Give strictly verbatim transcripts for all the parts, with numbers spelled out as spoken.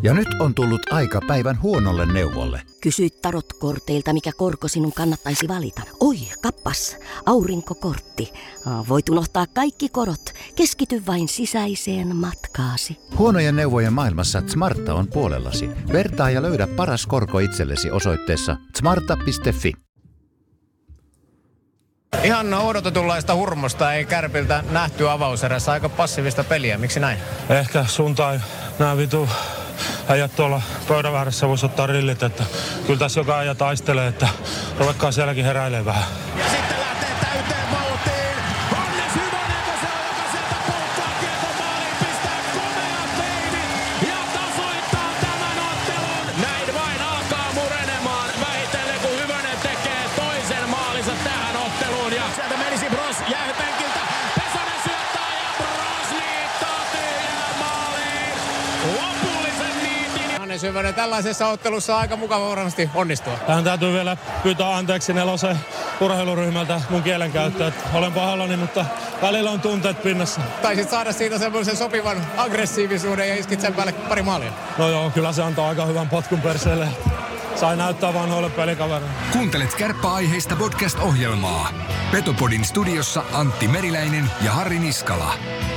Ja nyt on tullut aika päivän huonolle neuvolle. Kysy tarotkorteilta, mikä korko sinun kannattaisi valita. Oi, kappas, aurinkokortti. Voit unohtaa kaikki korot. Keskity vain sisäiseen matkaasi. Huonojen neuvojen maailmassa Smarta on puolellasi. Vertaa ja löydä paras korko itsellesi osoitteessa smarta piste fi. Ihan odotetunlaista hurmosta ei Kärpiltä nähty avauserässä. Aika passiivista peliä. Miksi näin? Ehkä suuntaan nämä vitu äijät tuolla pöydän väärässä voisi ottaa rillit, että kyllä tässä joka äijä taistelee, että ruvekaa sielläkin heräilee vähän. Ja sitten lähtee täyteen vauhtiin. Hannes Hyvönen, se on, joka sieltä polttaa kiekon maaliin, pistää komeat peivit ja tasoittaa tämän ottelun. Näin vain alkaa murenemaan vähitellen, kun Hyvönen tekee toisen maalinsa tähän otteluun. Ja sieltä menisi Bros jäähypenkiltä. Pesonen syöttää ja Bros liittoo tyhjään maaliin. Lopullisen niitin. Hannes Hyvönen tällaisessa ottelussa aika mukava varmasti onnistua. Tähän täytyy vielä pyytää anteeksi nelosen urheiluryhmältä mun kielenkäyttöä. Olen pahoillani, mutta välillä on tunteet pinnassa. Taisit saada siitä semmoisen sopivan aggressiivisuuden ja iskit sen päälle pari maalia. No joo, kyllä se antaa aika hyvän potkun perseelle. Sai näyttää vanhoille pelikavereille. Kuuntelet kärppäaiheista podcast-ohjelmaa. Petopodin studiossa Antti Meriläinen ja Harri Niskala.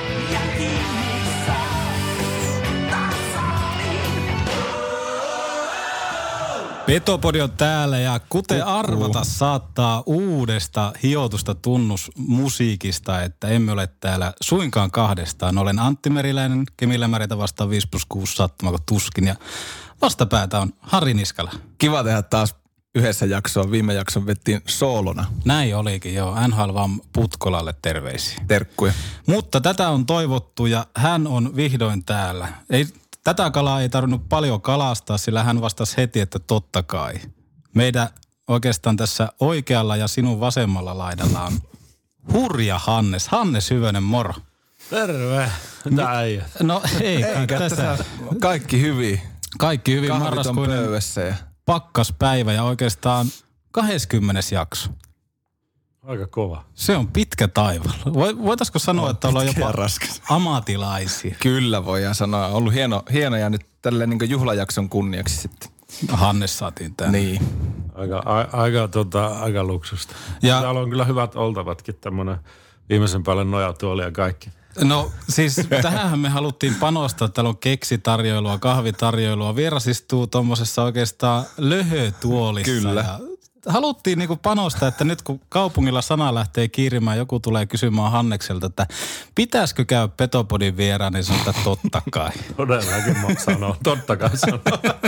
Petopodi on täällä ja kuten arvata saattaa uudesta hiotusta tunnusmusiikista, että emme ole täällä suinkaan kahdestaan. Olen Antti Meriläinen, Kemillä Märitä vastaan viisi plus kuusi sattumako tuskin ja vastapäätä on Harri Niskala. Kiva tehdä taas yhdessä jaksoa. Viime jakson vettiin soolona. Näin olikin, joo. N H L vaan Putkolalle terveisiä. Terkkuja. Mutta tätä on toivottu ja hän on vihdoin täällä. Ei... Tätä kalaa ei tarvinnut paljon kalastaa, sillä hän vastasi heti, että totta kai. Meidän oikeastaan tässä oikealla ja sinun vasemmalla laidalla on hurja Hannes. Hannes Hyvönen, moro. Terve. Mitä äijät? No ei, Eikä tässä. tässä kaikki hyvin. Kaikki hyvin. Kahvit on Marraskuinen pöydässä ja... pakkaspäivä ja oikeastaan kaksikymmentä jakso. Aika kova. Se on pitkä taival. Voitaisiko sanoa, on että ollaan pitkä jopa ja raskas. amatilaisia? Kyllä voidaan sanoa. Ollut hieno, hienoja nyt tälleen niin kuin juhlajakson kunniaksi sitten. Hannes saatiin tänne. Niin. Aika, a, aika, tota, aika luksusta. Ja- Täällä on kyllä hyvät oltavatkin, tämmönen viimeisen päälle nojatuoli ja kaikki. No siis tähänhän me haluttiin panostaa. Täällä on keksitarjoilua, kahvitarjoilua. Vieras istuu tuommoisessa oikeastaan löhötuolissa. Kyllä. Ja haluttiin niinku panostaa, että nyt kun kaupungilla sana lähtee kiirimään, joku tulee kysymään Hannekselta, että pitäisikö käydä Petopodin vieraan, niin sanotaan, että totta kai. Todellakin mä sanon. Totta kai sanon.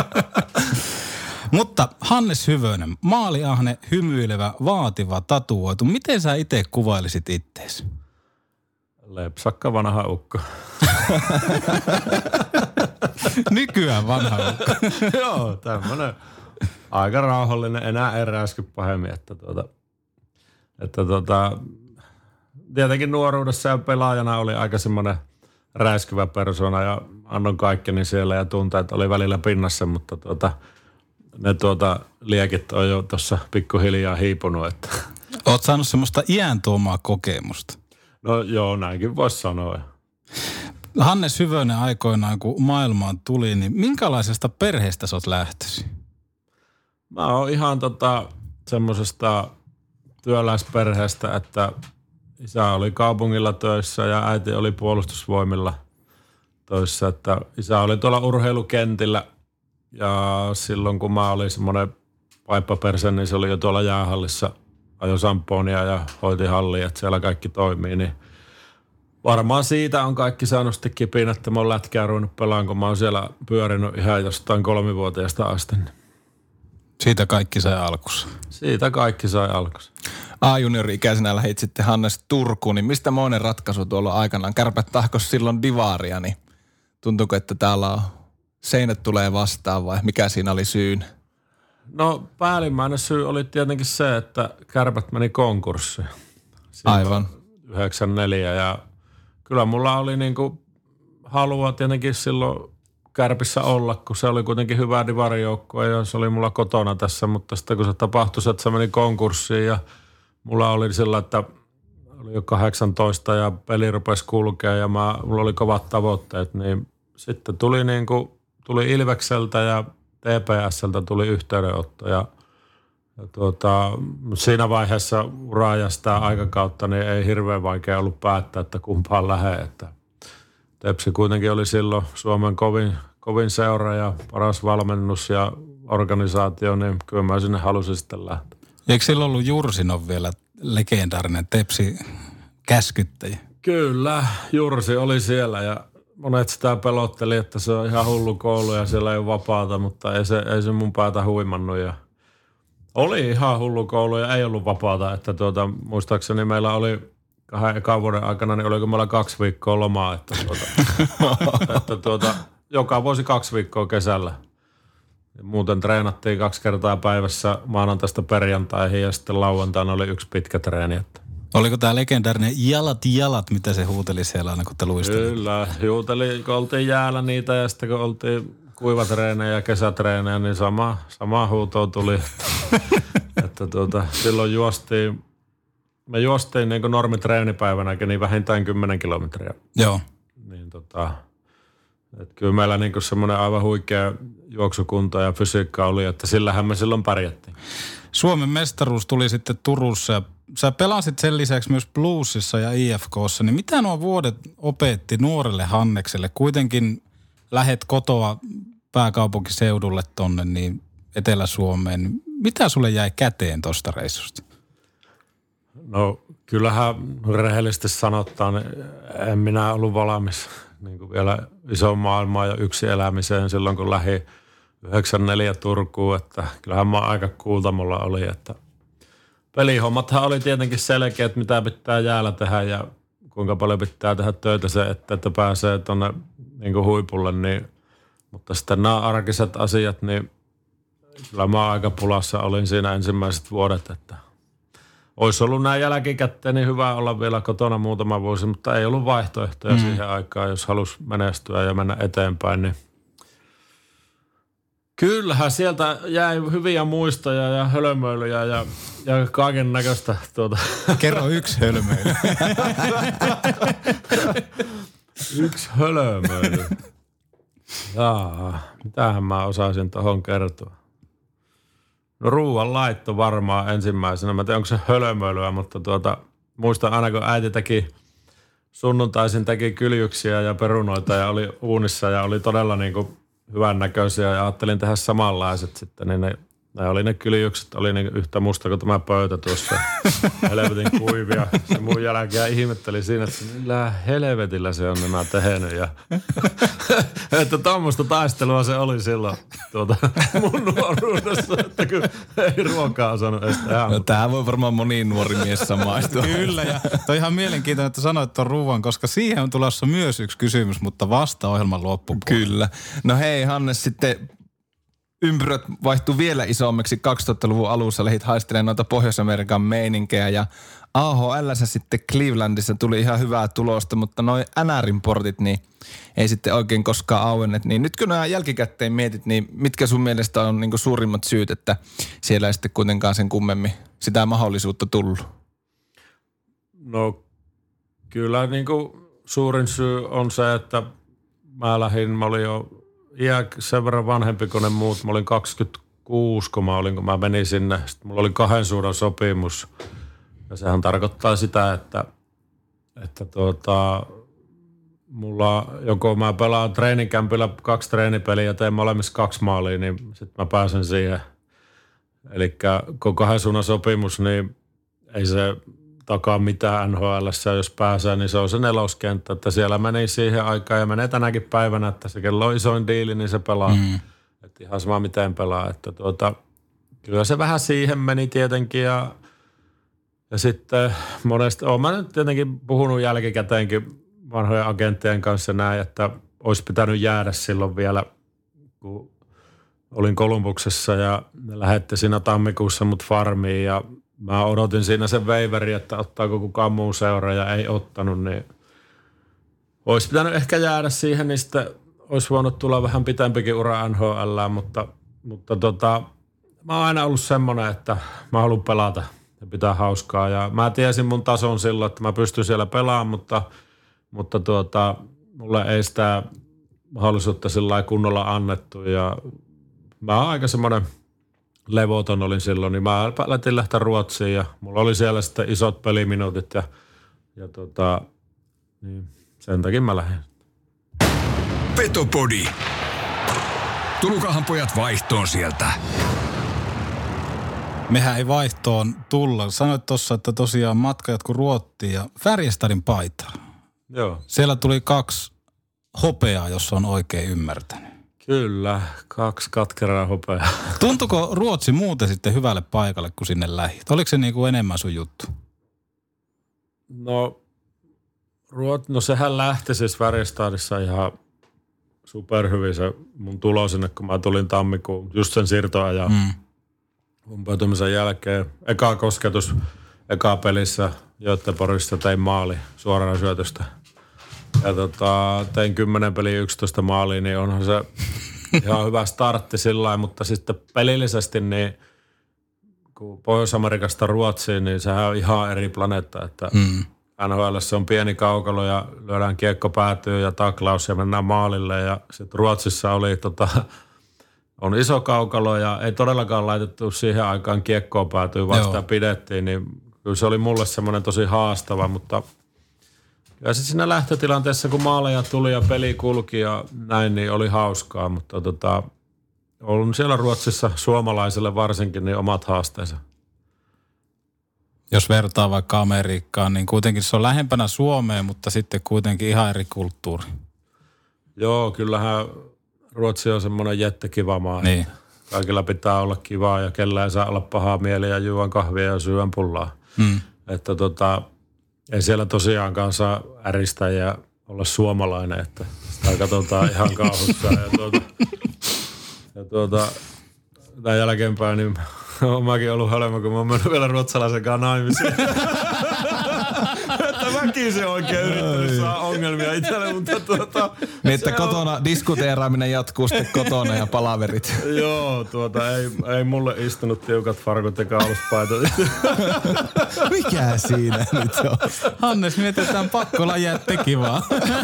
Mutta Hannes Hyvönen, maaliahne, hymyilevä, vaativa, tatuoitu. Miten sä itse kuvailisit itteesi? Lepsakka vanha ukko. Nykyään vanha ukko. Joo, tämmönen aika rauhallinen, enää en räisky pahemmin, että tuota, että tuota, tietenkin nuoruudessa ja pelaajana oli aika semmoinen räiskyvä persona ja annoin kaikkeni siellä ja tunteet oli välillä pinnassa, mutta tuota, ne tuota liekit on jo tuossa pikkuhiljaa hiipunut, että. Oot saanut semmoista iän tuomaa kokemusta. No joo, näinkin voisi sanoa. Hannes Hyvönen aikoinaan, kun maailmaan tuli, niin minkälaisesta perheestä sä oot lähtösi? Mä oon ihan tota semmosesta työläisperheestä, että isä oli kaupungilla töissä ja äiti oli puolustusvoimilla töissä, että isä oli tuolla urheilukentillä ja silloin kun mä olin semmoinen vaippaperse, niin se oli jo tuolla jäähallissa, ajoi samponia ja hoiti hallia, että siellä kaikki toimii, niin varmaan siitä on kaikki saanut sitten kipinä, että mä oon lätkää ruvennut pelaan, kun mä oon siellä pyörinyt ihan jostain kolmivuotiaasta asti. Siitä kaikki sai alkussa. Siitä kaikki sai alkussa. A-juniori-ikäisenä lähdit sitten Hannes Turkuun, niin mistä monen ratkaisu tuolla aikanaan? Kärpät tahkos silloin divaaria, niin tuntuuko, että täällä on seinät tulee vastaan vai mikä siinä oli syyn? No päällimmäinen syy oli tietenkin se, että Kärpät meni konkurssiin. Aivan. yhdeksänkymmentäneljä ja kyllä mulla oli niinku halua tietenkin silloin Kärpissä olla, kun se oli kuitenkin hyvä divarijoukkue ja se oli mulla kotona tässä, mutta sitten kun se tapahtui, että se meni konkurssiin ja mulla oli sillä, että oli jo kahdeksantoista ja peli rupesi kulkea ja mä, mulla oli kovat tavoitteet, niin sitten tuli niinku tuli Ilvekseltä ja T P S:ltä tuli yhteydenotto ja, ja tuota, siinä vaiheessa uraa ja sitä aikakautta niin ei hirveän vaikea ollut päättää, että kumpaan lähde. Että Tepsi kuitenkin oli silloin Suomen kovin, kovin seura ja paras valmennus ja organisaatio, niin kyllä mä sinne halusin sitten lähteä. Eikö silloin ollut Jursinov vielä legendaarinen Tepsi käskyttäjä? Kyllä, Jursi oli siellä ja monet sitä pelotteli, että se on ihan hullu koulu ja siellä ei ole vapaata, mutta ei se, ei se mun päätä huimannut. Ja oli ihan hullu koulu ja ei ollut vapaata, että tuota, muistaakseni meillä oli kahden ekan vuoden aikana, niin oliko meillä kaksi viikkoa lomaa, että, tuota, että tuota, joka vuosi kaksi viikkoa kesällä. Ja muuten treenattiin kaksi kertaa päivässä maanantaista perjantaihin ja sitten lauantaina oli yksi pitkä treeni. Että. Oliko tämä legendaarinen jalat jalat, mitä se huuteli siellä aina, kun te luistelitte? Kyllä, huuteli, kun oltiin jäällä niitä ja sitten kun oltiin kuivatreenejä ja kesätreenejä, niin sama, sama huuto tuli. että tuota, silloin juostiin, me juostiin niin kuin normitreenipäivänäkin niin vähintään kymmenen kilometriä. Joo. Niin tota, että kyllä meillä niin kuin semmoinen aivan huikea juoksukunto ja fysiikka oli, että sillähän me silloin pärjättiin. Suomen mestaruus tuli sitten Turussa ja sä pelasit sen lisäksi myös Bluesissa ja I F K:ssa, niin mitä nuo vuodet opetti nuorelle Hannekselle? Kuitenkin lähet kotoa pääkaupunkiseudulle tonne niin Etelä-Suomeen. Mitä sulle jäi käteen tosta reissusta? No kyllähän rehellisesti sanotaan, en minä ollut valmis niin kuin vielä isoon maailmaan ja yksi elämiseen silloin, kun lähdin yhdeksänkymmentäneljä Turkuun, että kyllähän mä aika kuultamolla oli, että pelihommathan oli tietenkin selkeät, mitä pitää jäällä tehdä ja kuinka paljon pitää tehdä töitä se, että, että pääsee tuonne niin kuin huipulle, niin, mutta sitten nämä arkiset asiat, niin kyllä mä aika pulassa olin siinä ensimmäiset vuodet, että olisi ollut nämä jälkikäteen niin hyvä olla vielä kotona muutama vuosi, mutta ei ollut vaihtoehtoja mm. siihen aikaan, jos halusi menestyä ja mennä eteenpäin, niin kyllähän sieltä jäi hyviä muistoja ja hölmöilyjä ja, ja kaiken näköistä tuota. Kerro yksi hölmöily. Yksi hölmöily. Jaa, mitähän mä osaisin tohon kertoa. No ruuan laitto varmaan ensimmäisenä. Mä en tiedä, onko se hölmöilyä, mutta tuota, muistan aina, kun äiti teki sunnuntaisin teki kyljyksiä ja perunoita ja oli uunissa ja oli todella niin kuin hyvän näköisiä ja ajattelin tehdä samanlaiset sitten, niin ne, ne oli ne kyljykset, oli niin yhtä musta kuin tämä pöytä tuossa. Helvetin kuivia. Se mun jälkeen ihmetteli siinä, että millä helvetillä se on nämä tehnyt. Ja että tommoista taistelua se oli silloin tuota, mun nuoruudessa, että kyllä ei ruokaa osannut edes tehdä. No, tämähän voi varmaan moni nuori mies samaistua. Kyllä, ja toi ihan mielenkiintoinen, että sanoit tuon ruuan, koska siihen on tulossa myös yksi kysymys, mutta vasta ohjelman loppupuolella. Kyllä. No hei Hannes, sitten ympyrät vaihtui vielä isommiksi kaksituhattaluvun alussa, lähdit haistelemaan noita Pohjois-Amerikan meininkejä ja A H L:ssä sitten Clevelandissa tuli ihan hyvää tulosta, mutta noi N R:n portit niin ei sitten oikein koskaan auenneet. Niin nyt kun nämä jälkikäteen mietit, niin mitkä sun mielestä on niin kuin suurimmat syyt, että siellä ei sitten kuitenkaan sen kummemmin sitä mahdollisuutta tullut? No kyllä niin kuin suurin syy on se, että mä lähdin, mä olin jo iä sen verran vanhempi kuin ne muut. Mä olin kaksikymmentäkuusi, kun mä olin, kun mä menin sinne. Sitten mulla oli kahden suuren sopimus. Ja sehän tarkoittaa sitä, että, että tuota, mulla joko mä pelaan treenikämpillä kaksi treenipeliä ja teen molemmissa kaksi maalia, niin sitten mä pääsen siihen. Eli kun kahden suunnan sopimus, niin ei se takaa mitään N H L:ssä, jos pääsee, niin se on se neloskenttä, että siellä meni siihen aikaan ja menee tänäkin päivänä, että se kello on isoin diili, niin se pelaa. Mm. Että ihan sama miten pelaa, että tuota, kyllä se vähän siihen meni tietenkin ja, ja sitten monesti, olen mä nyt tietenkin puhunut jälkikäteenkin vanhojen agenttien kanssa näin, että olisi pitänyt jäädä silloin vielä, kun olin Kolumbuksessa ja ne lähetti siinä tammikuussa mut farmiin ja mä odotin siinä sen veiveri, että ottaako kukaan muu seura ja ei ottanut, niin olisi pitänyt ehkä jäädä siihen, niin sitten olisi voinut tulla vähän pitempikin ura N H L:ään, mutta, mutta tota, mä oon aina ollut semmoinen, että mä haluan pelata ja pitää hauskaa ja mä tiesin mun tason silloin, että mä pystyn siellä pelaamaan, mutta, mutta tuota, mulle ei sitä mahdollisuutta sillä lailla kunnolla annettu ja mä oon aika semmoinen levoton olin silloin, niin mä lähtin lähteä Ruotsiin ja mulla oli siellä sitten isot peliminuutit ja, ja tota, niin sen takia mä lähdin. Petopodi. Tulukahan pojat vaihtoon sieltä. Mehän ei vaihtoon tulla. Sanoit tuossa, että tosiaan matka jatkuu Ruottiin ja Färjestadin paitaa. Joo. Siellä tuli kaksi hopeaa, jos on oikein ymmärtänyt. Kyllä, kaksi katkeraa hopeaa. Tuntuko Ruotsi muuten sitten hyvälle paikalle, kun sinne lähit? Oliko se niin kuin enemmän sun juttu? No, Ruot, no sehän lähti siis Färjestadissa ihan superhyvin se mun tulo sinne, kun mä tulin tammikuun, just sen siirtoajan mm. umpeutumisen jälkeen. Eka kosketus, eka pelissä Göteborgissa tein maali suorana syötöstä. Ja tota, tein kymmenen peliä yksitoista maalia, niin onhan se ihan hyvä startti sillä lailla, mutta sitten pelillisesti niin kun Pohjois-Amerikasta Ruotsiin, niin sehän on ihan eri planeetta, että mm. N H L se on pieni kaukalo ja lyödään kiekko päätyy ja taklaus ja mennään maalille ja sitten Ruotsissa oli tota, on iso kaukalo ja ei todellakaan laitettu siihen aikaan kiekkoa päätyy, vaan sitä pidettiin, niin kyllä se oli mulle semmoinen tosi haastava, mutta ja sitten siinä lähtötilanteessa, kun maaleja tuli ja peli kulki ja näin, niin oli hauskaa, mutta tota, on siellä Ruotsissa suomalaisille varsinkin niin omat haasteensa. Jos vertaa vaikka Amerikkaan, niin kuitenkin se on lähempänä Suomeen, mutta sitten kuitenkin ihan eri kulttuuri. Joo, kyllähän Ruotsi on semmoinen jättikiva maa. Niin. Kaikilla pitää olla kivaa ja kellä ei saa olla pahaa mieliä ja juon kahvia ja syön pullaa. Hmm. Että tota, ei siellä tosiaankaan saa äristää ja olla suomalainen, että sitä katsotaan ihan kauhussa. Ja tuota, ja tuota tämän jälkeenpäin niin olen mäkin ollut hölmö, kun mä oon mennyt vielä ruotsalaisen kanssa naimisiin. Että mäkin se oikein yrittänyt saa ongelmia itselle, mutta tuota... Niin, että kotona on diskuteeraaminen jatkuu sitten kotona ja palaverit. Joo, tuota ei, ei mulle istunut tiukat farkut ja kauluspaitot. Mikä siinä nyt on? Hannes, mietitään pakkolla jätti vaan.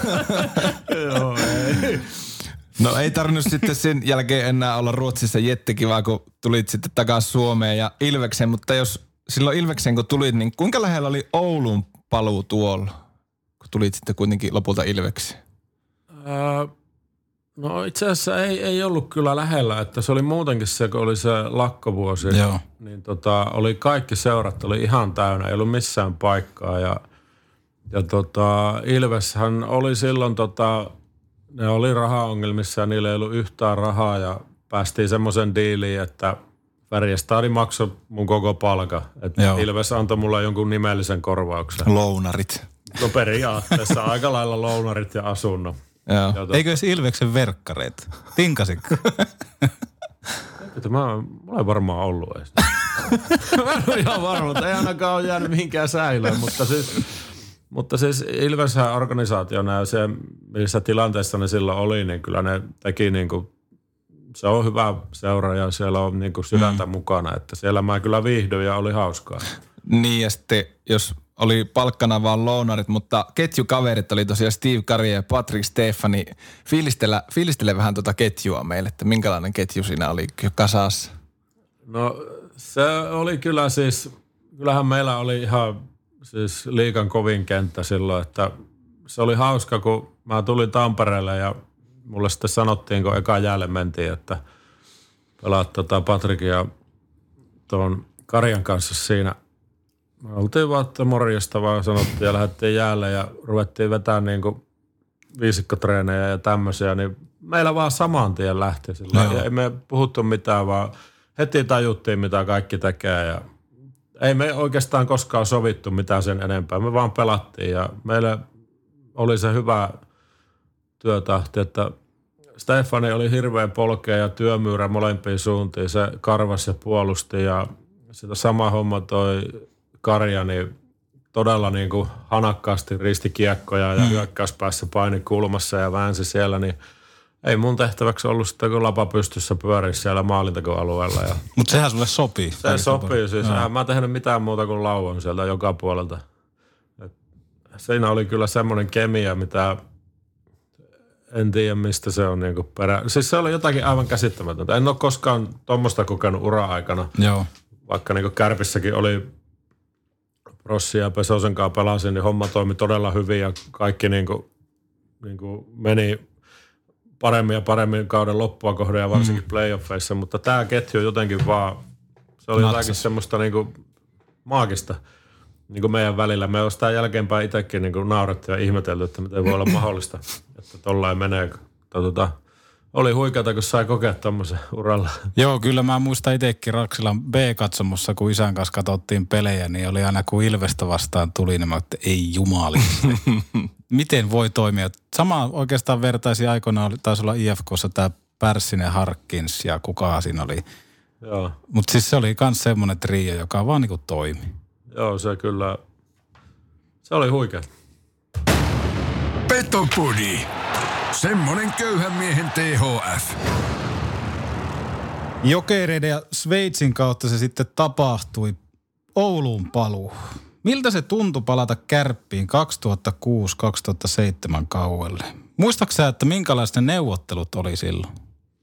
Joo, ei. No ei tarvinnut sitten sen jälkeen enää olla Ruotsissa jettikivaa, kun tulit sitten takaisin Suomeen ja Ilvekseen, mutta jos silloin Ilvekseen kun tulit, niin kuinka lähellä oli Oulun paluu tuolla, kun tulit sitten kuitenkin lopulta Ilvekseen? Äh, no itse asiassa ei, ei ollut kyllä lähellä, että se oli muutenkin se, kun oli se lakkovuosi, Joo. niin tota, oli kaikki seurat, oli ihan täynnä, ei ollut missään paikkaa ja, ja tota, Ilveshän oli silloin tota, ne oli rahaongelmissa ja niillä ei ollut yhtään rahaa ja päästiin semmoisen diiliin, että Färjestad maksoi mun koko palkan. Että Ilves antoi mulle jonkun nimellisen korvauksen. Lounarit. No periaatteessa aika lailla lounarit ja asunnon. Joo. Eikö edes Ilveksen verkkareita? Tinkasikko? Että mä, mä olen varmaan ollut edes. Mä en ole ihan varma, että ei ainakaan ole jäänyt mihinkään säilöön, mutta siis... Mutta siis Ilveshän organisaationa ja se, missä tilanteessa ne silloin oli, niin kyllä ne teki niin kuin, se on hyvä seura ja siellä on niin kuin sydäntä mm. mukana, että siellä mä kyllä viihdyin ja oli hauskaa. Niin ja sitten, jos oli palkkana vaan lounarit, mutta ketjukaverit oli tosiaan Steve Kari ja Patrick Stefani. Fiilistele, fiilistele vähän tuota ketjua meille, että minkälainen ketju siinä oli kasassa? No se oli kyllä siis, kyllähän meillä oli ihan... Siis liigan kovin kenttä silloin, että se oli hauska, kun mä tulin Tampereelle ja mulle sitten sanottiin, kun eka jäälle mentiin, että pelaat tota Patrikin ja tuon Karjan kanssa siinä. Me oltiin vaan, että morjesta vaan sanottiin ja lähdettiin jäälle ja ruvettiin vetämään niin kuin viisikkotreenejä ja tämmöisiä, niin meillä vaan saman tien lähti sillä. Ja ei me puhuttu mitään, vaan heti tajuttiin, mitä kaikki tekee ja ei me oikeastaan koskaan sovittu mitään sen enempää. Me vaan pelattiin ja meillä oli se hyvä työtahti, että Stefani oli hirveän polkea ja työmyyrä molempiin suuntiin. Se karvasi ja puolusti ja sitä sama homma toi Karja, niin todella niin kuin hanakkaasti risti kiekkoja ja mm. hyökkäyspäässä paini kulmassa ja väänsi siellä, niin ei mun tehtäväksi ollut sitten, kun lapa pystyssä pyörisi siellä maalintakoalueella. Ja mutta sehän sulle sopii. Se sopii siis. No. Mä en tehnyt mitään muuta kuin lauon sieltä joka puolelta. Et siinä oli kyllä semmoinen kemia, mitä en tiedä mistä se on niinku perä. Siis se oli jotakin aivan käsittämätöntä. En ole koskaan tuommoista kokenut ura-aikana. Joo. Vaikka niinku Kärpissäkin oli Rossi ja Pesosen kanssa pelasin, niin homma toimi todella hyvin ja kaikki niinku, niinku meni paremmin ja paremmin kauden loppua kohden ja varsinkin mm. playoffeissa. Mutta tämä ketju jotenkin vaan, se oli Natsas. jotakin semmoista niinku maagista. Niin kuin meidän välillä. Me on sitä jälkeenpäin itsekin niin kuin naurettu ja ihmetelty, että miten voi olla mahdollista, että tollain menee. Tota, oli huikeata, kun sai kokea tommosen uralla. Joo, kyllä mä muistan itsekin Raksilan B-katsomossa, kun isän kanssa katsottiin pelejä, niin oli aina kun Ilvestä vastaan tuli, niin mä että ei jumali. Miten voi toimia? Sama oikeastaan vertaisi aikoinaan, taisi olla I F K:ssa tämä Pärssinen, Harkins ja kuka siinä oli. Joo. Mutta siis se oli myös semmoinen trio, joka vaan niinku toimi. Joo, se kyllä, se oli huikea. Petopodi. Semmonen köyhän miehen T H F. Jokereiden ja Sveitsin kautta se sitten tapahtui. Ouluun paluu. Miltä se tuntui palata Kärppiin kaksituhattakuusi kaksituhattaseitsemän kaudelle? Muistatko sä, että minkälaiset ne neuvottelut oli silloin?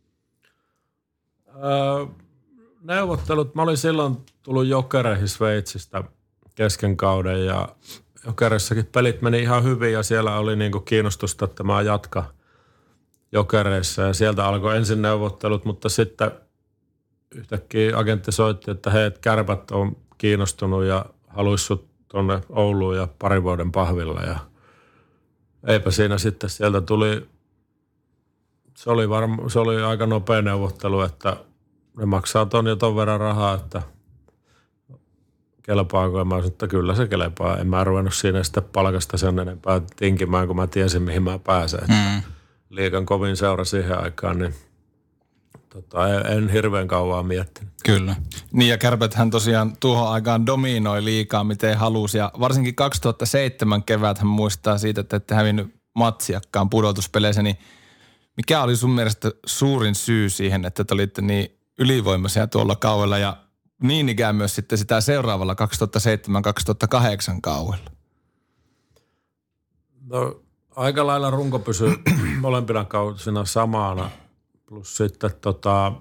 Öö, neuvottelut, mä olin silloin tullut Jokereihin Sveitsistä kesken kauden ja Jokereissakin pelit meni ihan hyvin ja siellä oli niinku kiinnostusta, että mä jatka Jokereissa ja sieltä alkoi ensin neuvottelut, mutta sitten yhtäkkiä agentti soitti, että hei, Kärpät on kiinnostunut ja haluaisi sut tuonne Ouluun ja parin vuoden pahvilla ja eipä siinä sitten sieltä tuli, se oli, varma, se oli aika nopea neuvottelu, että ne maksaa ton ja ton verran rahaa, että kelpaako, ja mä sanoin, että kyllä se kelpaa. En mä ruvennut siinä sitten palkasta sen enempää tinkimään, kun mä tiesin, mihin mä pääsen. Mm. Liigan kovin seura siihen aikaan, niin tota, en, en hirveän kauan miettinyt. Kyllä. Niin ja Kärpäthän tosiaan tuohon aikaan dominoi liikaa, miten halusi. Ja varsinkin kaksituhattaseitsemän keväthän muistaa siitä, että ette hävinnyt matsiakkaan pudotuspeleissä. Niin mikä oli sun mielestä suurin syy siihen, että te olitte niin ylivoimaisia tuolla kaudella ja niin ikään myös sitten sitä seuraavalla kaksituhattaseitsemän kaksituhattakahdeksan kaudella? No aika lailla runko pysyi molempina kausina samana. Plus sitten tota,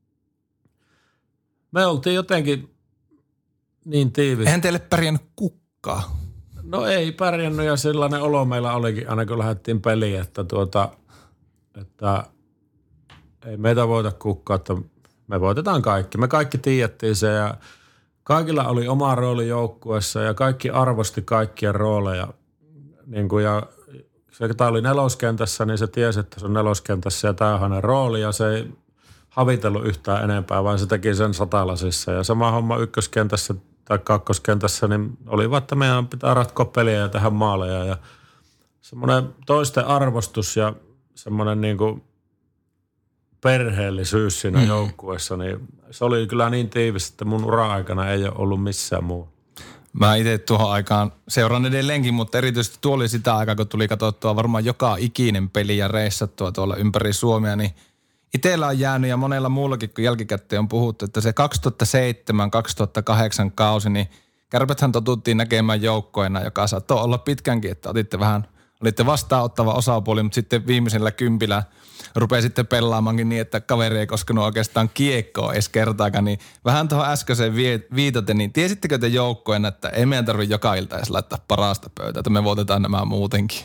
me oltiin jotenkin niin tiivis. Eihän teille pärjännyt kukkaa. No ei pärjännyt ja sellainen olo meillä olikin aina kun lähdettiin peliin, että tuota, että ei meitä voita kukkaa, että me voitetaan kaikki. Me kaikki tiedettiin se ja kaikilla oli oma rooli joukkueessa ja kaikki arvosti kaikkien rooleja. Niin kuin ja se, tämä oli neloskentässä, niin se tiesi, että se on neloskentässä ja tämä on hänen rooli ja se ei havitellut yhtään enempää, vaan se teki sen satalasissa. Ja sama homma ykköskentässä tai kakkoskentässä, niin oli vaan, että meidän pitää ratkoa peliä ja tehdä maaleja. Ja semmoinen toisten arvostus ja semmoinen niin kuin perheellisyys siinä mm. joukkueessa, niin se oli kyllä niin tiivis, että mun ura-aikana ei ole ollut missään muu. Mä itse tuohon aikaan seuraan edelleenkin, mutta erityisesti tuo oli sitä aikaa, kun tuli katsottua varmaan joka ikinen peli ja reissattua tuolla ympäri Suomea, niin itsellä on jäänyt ja monella muullakin, kun jälkikäteen on puhuttu, että se kaksituhattaseitsemän kaksituhattakahdeksan kausi, niin Kärpäthän totuttiin näkemään joukkoina, joka saattoi olla pitkänkin, että otitte vähän, olitte vastaanottava osapuoli, mutta sitten viimeisellä kympillä rupeaa sitten pelaamaankin niin, että kaveri ei koskenut oikeastaan kiekkoa edes kertaakaan, niin vähän tuohon äskeiseen viitaten, niin tiesittekö te joukkojen, että ei meidän tarvitse joka ilta edes laittaa parasta pöytää, että me voitetaan nämä muutenkin?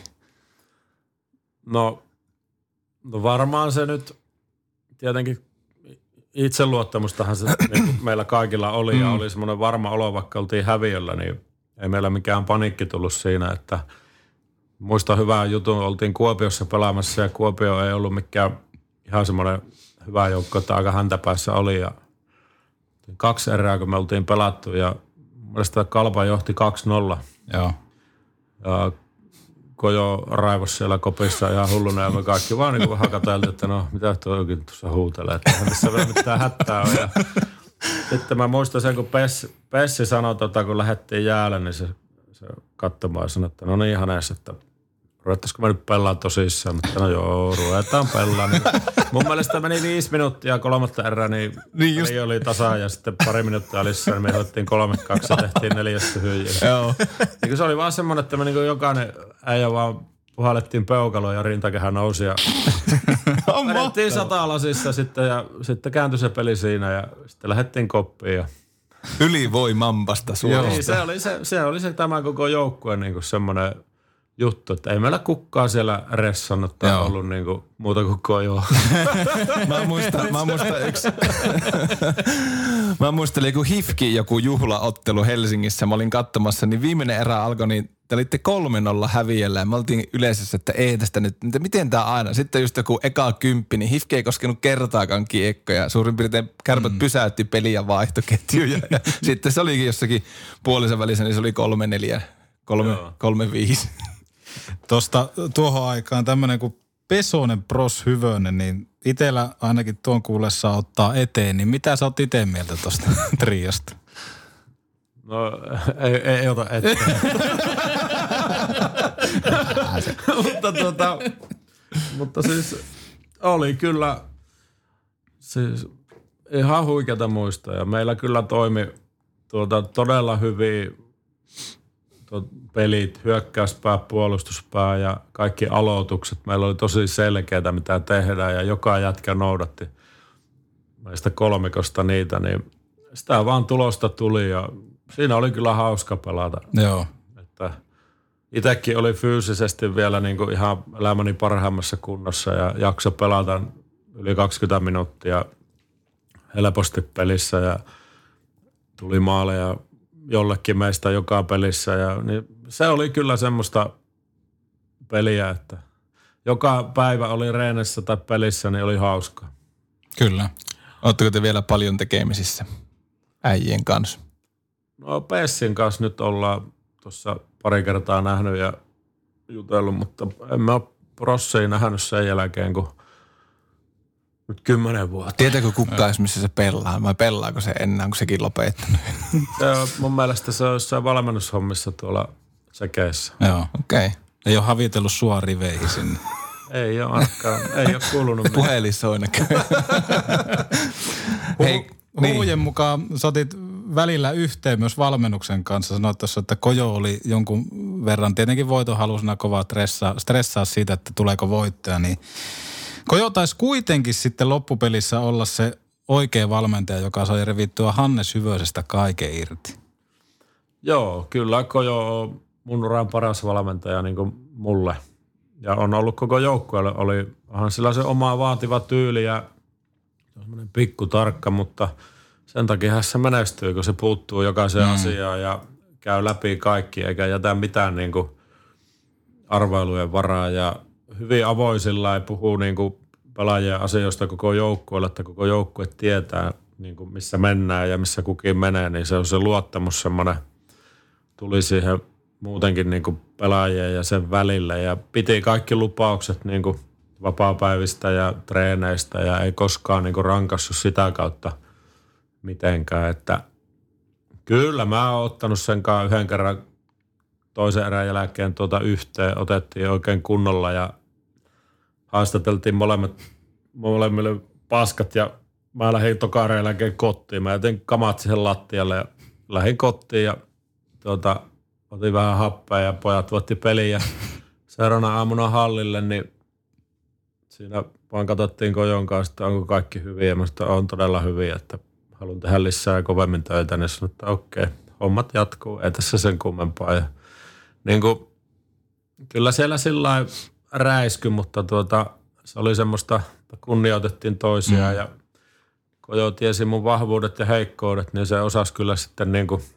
No, no varmaan se nyt tietenkin itseluottamustahan se niin meillä kaikilla oli ja oli semmoinen varma olo, vaikka oltiin häviöllä, niin ei meillä mikään paniikki tullut siinä, että muistan hyvää jutun, oltiin Kuopiossa pelaamassa ja Kuopio ei ollut mikään ihan semmoinen hyvä joukko, että aika häntäpäässä oli ja kaksi erää, kun me oltiin pelattu ja mielestäni Kalpa johti kaksi nolla. Joo. Ja Kojo raivos siellä kopissa ihan hulluna ja me kaikki vaan niin kuin hakateltiin, että no mitä tuo oikein tuossa huutelee, että missä vielä mitään hätää on. Ja sitten mä muistan sen, kun Pessi, Pessi sanoi, tota, kun lähdettiin jäälle, niin se, se katsomaan ja sanoi, että no niin Hannes, että ruvettaisiko me nyt pelaa tosissaan, mutta no joo, ruvetaan pelaa. Niin mun mielestä meni viisi minuuttia kolmatta erää, niin, niin just oli tasa ja sitten pari minuuttia lisää, niin me hoittiin kolme kaksi ja tehtiin neljästä hyjää. Joo. Niin se oli vaan semmoinen, että me niin jokainen äijä vaan puhallettiin peukaloon ja rintakehä nousi ja vedettiin satalasissa sitten ja sitten kääntyi se peli siinä ja sitten lähdettiin koppiin. Ja... Ylivoimampasta suorasta. Niin, se oli se, se, oli se tämä koko joukkue niin kuin semmoinen juttu, että ei meillä kukaan siellä ressannut tai Joo. ollut niin kuin muuta kuin kojoa. Mä muistan, mä muistan yksi. Mä muistelin, kun H I F K joku juhlaottelu Helsingissä, mä olin katsomassa, niin viimeinen erä alkoi, niin te olitte kolme nolla häviöllä ja me oltiin yleisössä, että ei tästä nyt, miten tää aina. Sitten just joku eka kymppi, niin H I F K ei koskenut kertaakaan kiekkoja. Suurin piirtein Kärpät mm. pysäytti peliä vaihtoketjuja. Ja sitten se olikin jossakin puolisen välissä, niin se oli kolme neljä, kolme, kolme viisi. Tuosta tuohon aikaan tämmöinen kuin Pesonen Pros Hyvönen, niin itsellä ainakin tuon kuulessa ottaa eteen, niin mitä sä oot ite mieltä tuosta triosta? No ei, ei, ei ota eteen. mutta, tuota, mutta siis oli kyllä siis ihan huikeata muistaa ja meillä kyllä toimi tuota, todella hyvin tuot pelit, hyökkäyspää, puolustuspää ja kaikki aloitukset. Meillä oli tosi selkeää mitä tehdään ja joka jätkä noudatti meistä kolmikosta niitä, niin sitä vaan tulosta tuli ja siinä oli kyllä hauska pelata. Joo. Että itsekin oli fyysisesti vielä niin kuin ihan elämäni parhaimmassa kunnossa ja jakso pelata yli kaksikymmentä minuuttia helposti pelissä ja tuli maaleja jollekin meistä joka pelissä. Ja, niin se oli kyllä semmoista peliä, että joka päivä oli reenissä tai pelissä, niin oli hauskaa. Kyllä. Oletteko te vielä paljon tekemisissä äijien kanssa? No Pessin kanssa nyt ollaan tuossa pari kertaa nähnyt ja jutellut, mutta en mä ole Prossia nähnyt sen jälkeen, kun nyt kymmenen vuotta. Tietääkö kukaan edes, missä se pelaa? Vai pelaako se enää, kun sekin lopettanut? Se on, mun mielestä se on jossain valmennushommissa tuolla Tsekeissä. Joo. Okei. Okay. Ei ole havitellut sua riveihin sinne. Ei ole ainakaan, ei ole kuulunut. Puhelin soi näköjään. Hei, Huhujen niin. mukaan sä otit välillä yhteen myös valmennuksen kanssa. Sanoit tuossa, että Kojo oli jonkun verran tietenkin voitonhalusena kovaa stressaa, stressaa siitä, että tuleeko voittoja. Niin Kojo taisi kuitenkin sitten loppupelissä olla se oikea valmentaja, joka sai revittyä Hannes Hyvösestä kaiken irti. Joo, kyllä Kojo on mun uran paras valmentaja niin kuin mulle. Ja on ollut koko joukkueelle. Oli onhan sillä se oma vaativa tyyli ja semmoinen pikku tarkka, mutta sen takia se menestyy, kun se puuttuu jokaiseen mm. asiaan ja käy läpi kaikki eikä jätä mitään niin kuin arvailujen varaa. Ja hyvin avoisilla ei puhu niin kuin pelaajien asioista koko joukkueelle, että koko joukkue tietää, niin kuin missä mennään ja missä kukin menee, niin se on se luottamus semmoinen, tuli siihen muutenkin niin kuin pelaajien ja sen välille ja piti kaikki lupaukset niin kuin vapaapäivistä ja treeneistä ja ei koskaan niin kuin rankassut sitä kautta mitenkään, että kyllä mä oon ottanut senkaan yhden kerran toisen erän jälkeen tuota yhteen, otettiin oikein kunnolla ja haastateltiin molemmat, molemmille paskat ja mä lähdin tokareen jälkeen kotiin. Mä jätin kamat siihen lattialle ja lähdin kotiin ja tuota, otin vähän happea ja pojat voitti peliä ja seuraavana aamuna hallille, niin siinä vaan katsottiin Kojon kanssa, että onko kaikki hyviä ja mä sanoin, on todella hyviä, että haluan tehdä lisää ja kovemmin töitä, niin sanoin, että okei, hommat jatkuu, ei tässä sen kummempaa. Ja niin kuin, kyllä siellä sillä lailla räisky, mutta tuota, se oli semmoista, että kunnioitettiin toisiaan mm. ja Kojo tiesi mun vahvuudet ja heikkoudet, niin se osasi kyllä sitten niin kuin,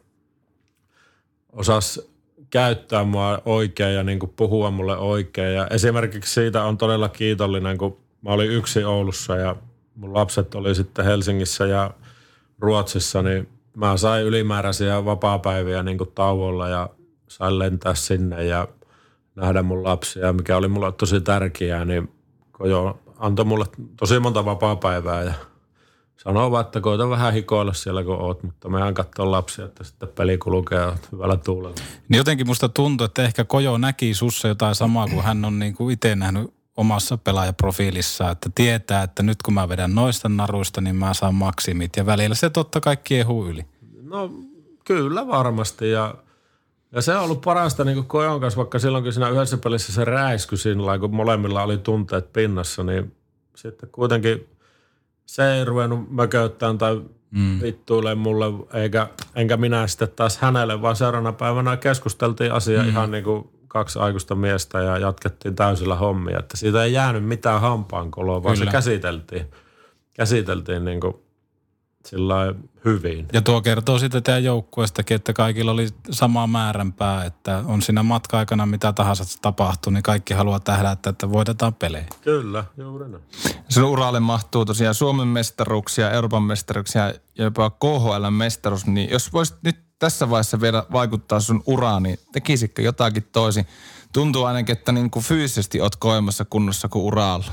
osasi käyttää mua oikein ja niin kuin puhua mulle oikein. Ja esimerkiksi siitä on todella kiitollinen, kun mä olin yksin Oulussa ja mun lapset oli sitten Helsingissä ja Ruotsissa, niin mä sain ylimääräisiä vapaapäiviä niin kuin tauolla ja sain lentää sinne ja nähdä mun lapsia, mikä oli mulle tosi tärkeää, niin Kojo antoi mulle tosi monta vapaapäivää ja sanoo vaan, että koita vähän hikoilla siellä kun oot, mutta mehän katsoo lapsia, että sitten peli kulkee hyvällä tuulella. Niin jotenkin musta tuntuu, että ehkä Kojo näki sussa jotain samaa, kun hän on niin kuin itse nähnyt omassa pelaajaprofiilissa, että tietää, että nyt kun mä vedän noista naruista, niin mä saan maksimit ja välillä se totta kai kiehuu yli. No kyllä varmasti ja Ja se on ollut parasta niin kuin Kojon kanssa, vaikka silloinkin siinä yhdessä pelissä se räisky siinä, kun molemmilla oli tunteet pinnassa, niin sitten kuitenkin se ei ruvennut mököyttämään tai mm. vittuilemaan mulle, eikä, enkä minä sitten taas hänelle, vaan seuraavana päivänä keskusteltiin asiaa mm. ihan niin kuin kaksi aikuista miestä ja jatkettiin täysillä hommia, että siitä ei jäänyt mitään hampaankoloa, vaan Kyllä. se käsiteltiin, käsiteltiin niin kuin sillä hyvin. Ja tuo kertoo sitten teidän joukkueestakin, että kaikilla oli sama määränpää, että on siinä matka-aikana mitä tahansa tapahtuu, niin kaikki haluaa tähdätä, että voitetaan pelejä. Kyllä, juuri näin. Sun uralle mahtuu tosiaan Suomen mestaruuksia, Euroopan mestaruuksia ja jopa K H L-mestaruus, niin jos voisit nyt tässä vaiheessa vielä vaikuttaa sun uraan, niin tekisitkö jotakin toisin? Tuntuu ainakin, että niin kuin fyysisesti oot koemassa kunnossa kuin uralla.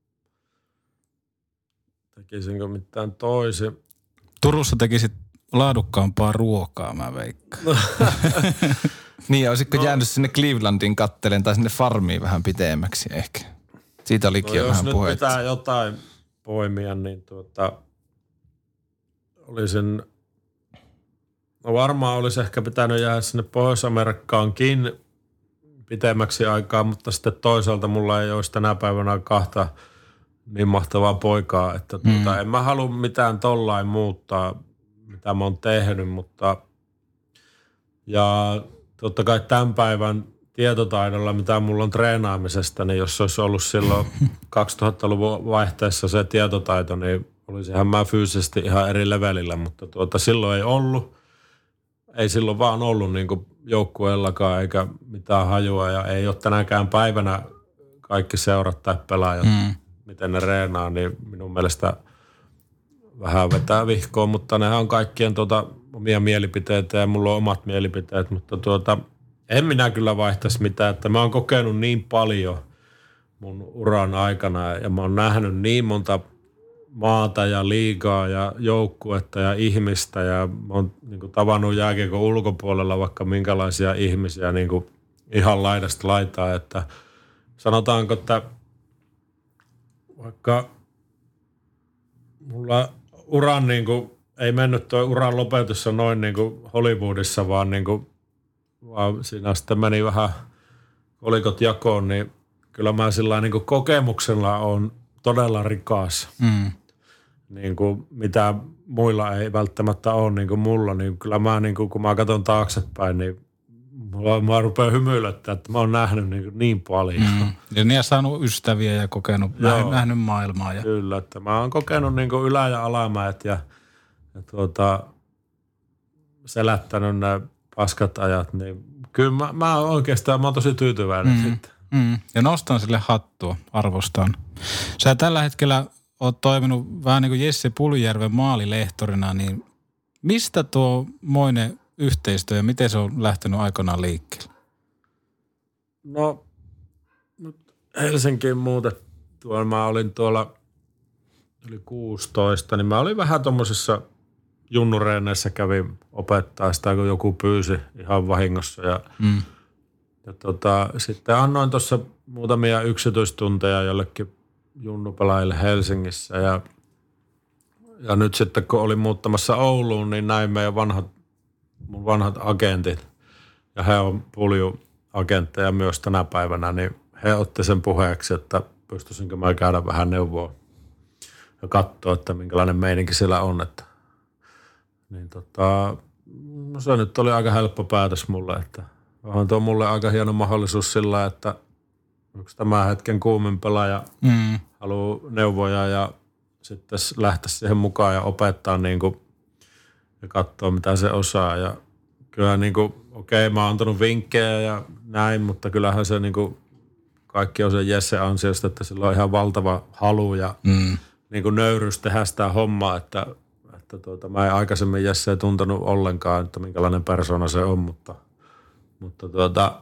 Tekisinkö mitään toisin? Turussa tekisit laadukkaampaa ruokaa, mä veikkaan. Niin, ja olisitko no, jäänyt sinne Clevelandin katteleen tai sinne farmiin vähän pitemmäksi ehkä? Siitä olikin no, jo vähän puhetta. Jos nyt pitää jotain poimia, niin tuota, olisin, no varmaan olisi ehkä pitänyt jäädä sinne Pohjois-Amerikkaankin pitemmäksi aikaa, mutta sitten toisaalta mulla ei olisi tänä päivänä kahta niin mahtavaa poikaa, että tuota, mm. en mä halua mitään tollain muuttaa, mitä mä oon tehnyt, mutta ja totta kai tämän päivän tietotaidolla, mitä mulla on treenaamisesta, niin jos olisi ollut silloin kaksituhattaluvun vaihteessa se tietotaito, niin olisinhan mä fyysisesti ihan eri levelillä, mutta tuota, silloin ei ollut. Ei silloin vaan ollut niin kuin joukkueellakaan eikä mitään hajua ja ei ole tänäkään päivänä kaikki seurat tai pelaajat, mm. miten ne reenaa, niin minun mielestä vähän vetää vihkoon, mutta nehän on kaikkien tuota omia mielipiteitä ja mulla on omat mielipiteet, mutta tuota, en minä kyllä vaihtaisi mitään, että mä oon kokenut niin paljon mun uran aikana ja mä oon nähnyt niin monta maata ja liigaa ja joukkuetta ja ihmistä ja mä oon niin kuin tavannut jääkiekon ulkopuolella vaikka minkälaisia ihmisiä niin kuin ihan laidasta laitaa, että sanotaanko, että vaikka mulla uran niin kuin, ei mennyt tuo uran lopetussa noin niin kuin Hollywoodissa, vaan, niin kuin, vaan siinä sitten meni vähän kolikot jakoon, niin kyllä mä sillä niin kuin kokemuksella on todella rikas. Mm. Niin kuin mitä muilla ei välttämättä ole niin kuin mulla, niin kyllä mä niin kuin, kun mä katson taaksepäin, niin mulla, mä rupean hymyilettä, että mä oon nähnyt niin, niin paljon. Mm. Ja niin saanut ystäviä ja kokenut, nähnyt, nähnyt maailmaa. Ja... Kyllä, että mä oon kokenut niin kuin ylä- ja alamäet ja, ja tuota, selättänyt ne paskat ajat, niin kyllä mä, mä oikeastaan, mä oon tosi tyytyväinen mm. sitten. Mm. Ja nostan sille hattua, arvostan. Sä tällä hetkellä oot toiminut vähän niin kuin Jesse Puljärven maalilehtorina, niin mistä tuo moinen yhteistyö ja miten se on lähtenyt aikanaan liikkeelle? No, nyt Helsinkiin muutettua. Mä olin tuolla yli kuusitoista, niin mä olin vähän tommosissa junnureeneissä kävin opettaa sitä, kun joku pyysi ihan vahingossa. Ja, mm. ja tota, sitten annoin tuossa muutamia yksityistunteja jollekin junnupelaajille Helsingissä. Ja, ja nyt sitten, kun olin muuttamassa Ouluun, niin näin meidän vanhat, mun vanhat agentit, ja he on puljuagentteja myös tänä päivänä, niin he otti sen puheeksi, että pystyisinkö mä käydä vähän neuvoa ja katsoa, että minkälainen meininki siellä on. Että, niin tota, no se nyt oli aika helppo päätös mulle, että on tuo mulle aika hieno mahdollisuus sillä, että yksi tämän hetken kuumin pelaaja mm. haluaa neuvoja ja sitten lähteä siihen mukaan ja opettaa niin kuin, ja katsoa mitä se osaa. Ja kyllä niin kuin, okei, mä oon antanut vinkkejä ja näin, mutta kyllähän se niin kuin, kaikki on sen Jesse ansiosta, että sillä on ihan valtava halu ja mm. niin kuin nöyryys tehdä sitä hommaa, että, että tuota, mä en aikaisemmin Jesseä tuntenut ollenkaan, että minkälainen persona se on, mutta, mutta tuota,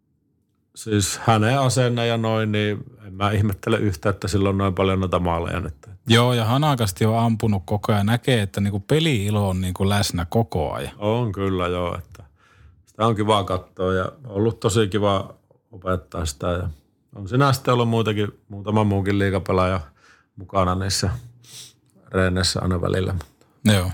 siis hänen asenne ja noin, niin en mä ihmettele yhtä, että sillä on noin paljon noita maaleja nyt. Joo, ja hanakasti on ampunut koko ajan. Näkee, että niinku peli-ilo on niinku läsnä koko ajan. On kyllä, joo. Että sitä on kiva katsoa ja on ollut tosi kiva opettaa sitä. Ja on siinä sitten ollut muitakin, muutama muukin liigapelaaja mukana niissä reeneissä aina välillä. Joo.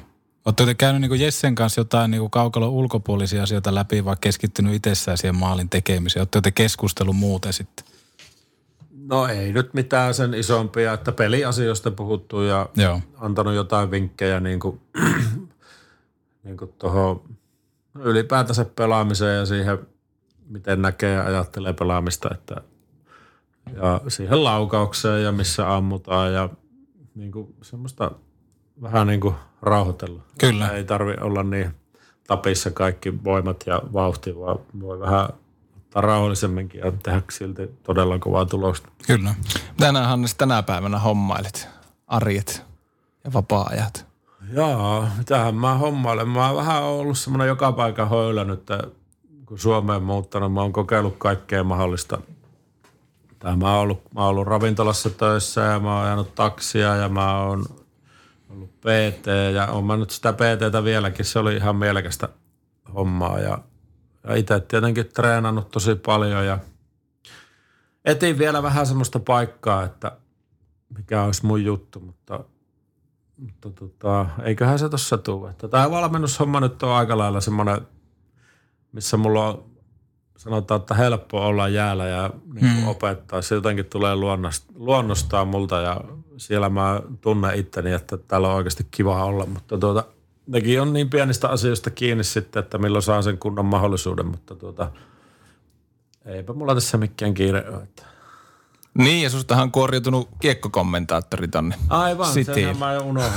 Oletteko te käynyt niin Jessen kanssa jotain niin kaukalon ulkopuolisia asioita läpi, vai keskittynyt itsessään siihen maalin tekemiseen? Oletteko te keskustellut muuten sitten? No ei nyt mitään sen isompia, että peliasioista puhuttu ja Joo. antanut jotain vinkkejä niin kuin, niin kuin tuohon ylipäätänsä pelaamiseen ja siihen, miten näkee ja ajattelee pelaamista, että ja siihen laukaukseen ja missä ammutaan ja niin kuin semmoista vähän niin kuin rauhoitella. Kyllä. Ei tarvi olla niin tapissa kaikki voimat ja vauhti, vaan voi vähän ottaa rauhallisemminkin ja tehdä silti todella kovaa tulosta. Kyllä. Tänään Hannes tänä päivänä hommailit arjet ja vapaa-ajat? Jaa, mitähän mä hommailen. Mä oon vähän ollut semmoinen joka paikan höylä nyt, kun Suomeen muuttanut. Mä oon kokeillut kaikkea mahdollista. Tää mä oon ollut, mä oon ollut ravintolassa töissä ja mä oon ajanut taksia ja mä oon ollut P T ja oon mä nyt sitä P T:tä vieläkin. Se oli ihan mielekästä hommaa ja, ja itse tietenkin treenannut tosi paljon ja etin vielä vähän semmoista paikkaa, että mikä olisi mun juttu, mutta Mutta tota, eiköhän se tossa tule. Tämä valmennushomma nyt on aika lailla semmoinen, missä mulla on, sanotaan, että helppo olla jäällä ja niin hmm. opettaa. Se jotenkin tulee luonnostaan multa ja siellä mä tunnen itteni, että täällä on oikeasti kiva olla. Mutta tuota, nekin on niin pienistä asioista kiinni sitten, että milloin saa sen kunnon mahdollisuuden. Mutta tuota, eipä mulla tässä mikään kiire ole. Niin, ja sustahan on kuoriutunut kiekkokommentaattori tonne. Aivan, Sitiin. senhän mä jo unohdin.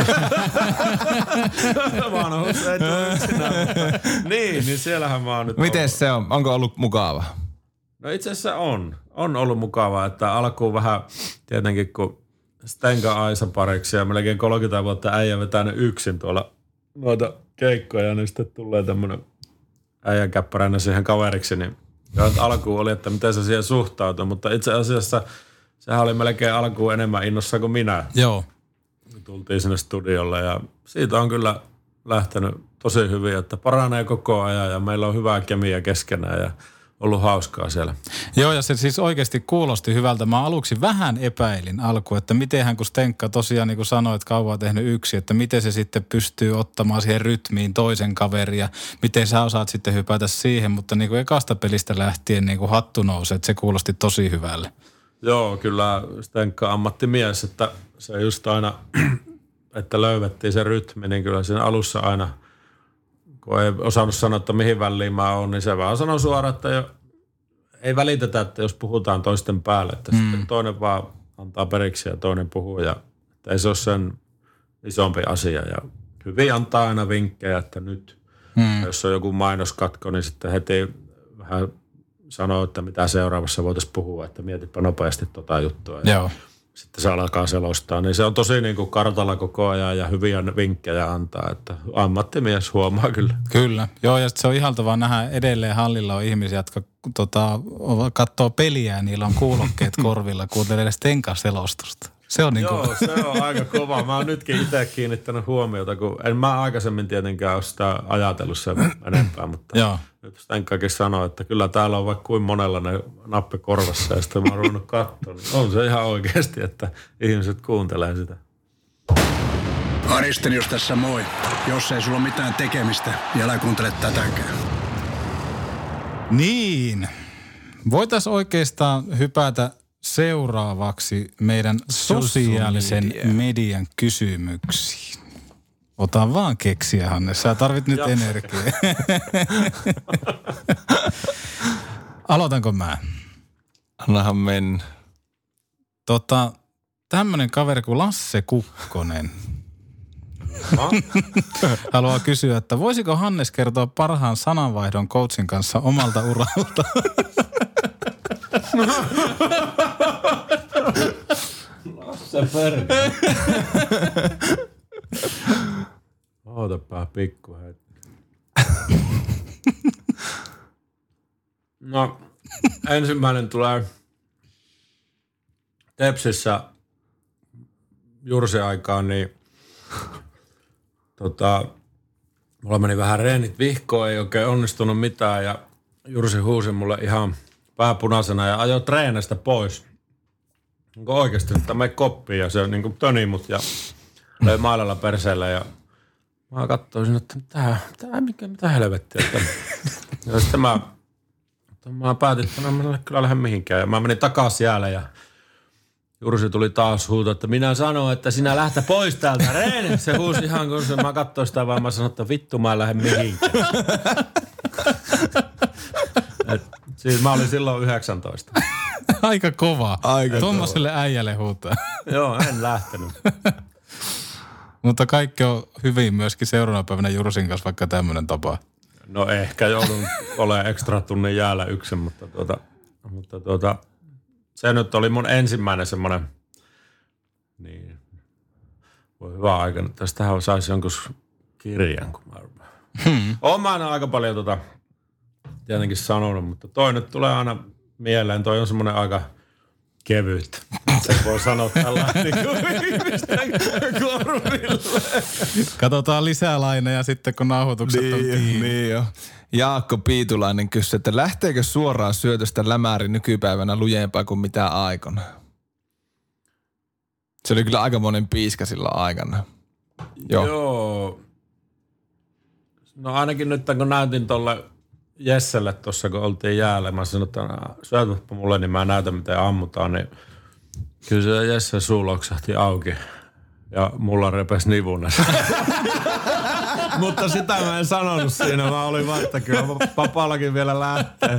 Vanhus ei tule yksinään. Niin, niin siellähän mä oon nyt Miten ollut. se on? Onko ollut mukava? No itse asiassa on. On ollut mukavaa, että alkuun vähän tietenkin kun Stenka Aisa pariksi ja melkein kolmekymmentä vuotta äijä vetänyt yksin tuolla noita keikkoja, niin sitten tulee tämmönen äijän käppäräinen siihen kaveriksi, niin ja alkuun oli, että miten se siihen suhtautuu, mutta itse asiassa sehän oli melkein alkuun enemmän innossa kuin minä. Joo. Tultiin sinne studiolle ja siitä on kyllä lähtenyt tosi hyvin, että paranee koko ajan ja meillä on hyvää kemiaa keskenään ja ollut hauskaa siellä. Joo, ja se siis oikeasti kuulosti hyvältä. Mä aluksi vähän epäilin alkuun, että mitenhän kun Stenkka tosiaan niin kuin sanoit, kauan tehnyt yksi, että miten se sitten pystyy ottamaan siihen rytmiin toisen kaverin ja miten sä osaat sitten hypätä siihen, mutta niin kuin ekasta pelistä lähtien niin kuin hattu nousi, että se kuulosti tosi hyvälle. Joo, kyllä Stenkka ammattimies, että se just aina, että löydettiin se rytmi, niin kyllä siinä alussa aina, kun ei osannut sanoa, että mihin väliin mä oon, niin se vaan sanoi suoraan, että jo, ei välitetä, että jos puhutaan toisten päälle, että mm. sitten toinen vaan antaa periksi ja toinen puhuu ja että ei se ole sen isompi asia ja hyvin antaa aina vinkkejä, että nyt, mm. jos on joku mainoskatko, niin sitten heti vähän sanoo, että mitä seuraavassa voitaisiin puhua, että mietipä nopeasti tota juttua. Ja Joo. sitten se alkaa selostaa. Niin se on tosi niin kuin kartalla koko ajan ja hyviä vinkkejä antaa, että ammattimies huomaa kyllä. Kyllä. Joo, ja se on ihaltavaa nähdä edelleen hallilla on ihmisiä, jotka tota, katsoo peliä ja niillä on kuulokkeet korvilla, kuuntelee Stenkan selostusta. Se on niin kuin... Joo, se on aika kova. Mä oon nytkin itse kiinnittänyt huomiota, kun en mä aikaisemmin tietenkään ole sitä ajatellut sen enempää, mutta Joo. nyt Stenkakin sanoi, että kyllä täällä on vaikka kuin monella ne nappi korvassa ja sitten mä oon ruvennut katsoa. Niin on se ihan oikeasti, että ihmiset kuuntelee sitä. Aristenius tässä moi. Jos ei sulla ole mitään tekemistä, niin älä kuuntele tätäkään. Niin. Voitaisiin oikeastaan hypätä seuraavaksi meidän sosiaalisen median kysymyksiin. Ota vaan keksiä, Hannes. Sä tarvit nyt energiaa. Aloitanko mä? Annahan mennä. Tota, tämmönen kaveri kuin Lasse Kukkonen haluaa kysyä, että voisiko Hannes kertoa parhaan sananvaihdon coachin kanssa omalta uralta? Lasse perkele. Ootapaa pikku hetki. No, ensimmäinen tulee Tepsissä Jursi-aikaan, niin tota, mulla meni vähän reenit vihkoon, ei oikein onnistunut mitään ja Jursi huusi mulle ihan pääpunaisena ja ajoi treenestä pois. Niin oikeasti, että mene koppiin ja se niin kuin töni mut ja löi mailalla perseelle ja mä mä katsoisin, että tää, tää mikä, mitä helvettiä. Että. Ja sitten mä, mä päätin, että mä en kyllä lähde mihinkään. Ja mä menin takaisin jäälle ja Jursi tuli taas huuto, että minä sanoin, että sinä lähtä pois täältä, Reene. Se huusi ihan kun se, mä katsoin sitä vaan, mä sanoin, että vittu mä en lähde mihinkään. Et, siis mä olin silloin yhdeksäntoista. Aika kova. Aika Tuommoiselle äijälle huutaa. Joo, en lähtenyt. Mutta kaikki on hyvin myöskin seuraavana päivänä Jursin kanssa, vaikka tämmöinen tapa. No ehkä joudun olemaan ekstra tunnin jäällä yksin, mutta tuota, mutta tuota, se nyt oli mun ensimmäinen semmoinen, niin, voi hyvä aika. Tästähän saisi jonkun kirjan, kun mä hmm. Oon mä aina aika paljon tota, tietenkin sanonut, mutta toi nyt tulee aina mieleen. Toi on semmoinen aika kevyt. Se voi sanoa tällainen ihmisten korville. Katsotaan lisää laineja sitten, kun nauhoitukset niin, on kiinni. Niin jo. Jaakko Piitulainen kysyi, että lähteekö suoraan syötöstä lämäri nykypäivänä lujempaa kuin mitä aikana? Se oli kyllä aika monen piiska silloin aikana. Joo. Joo. No ainakin nyt kun näytin tolle Jesselle tuossa, kun oltiin jäällä, mä sanoin, että syötäpä mulle, niin mä näytän, miten ammutaan, niin kyllä se Jesse suu loksahti auki ja mulla repesi nivuna. Mutta sitä mä en sanonut siinä, mä olin vaan, että kyllä papallakin vielä lähtee.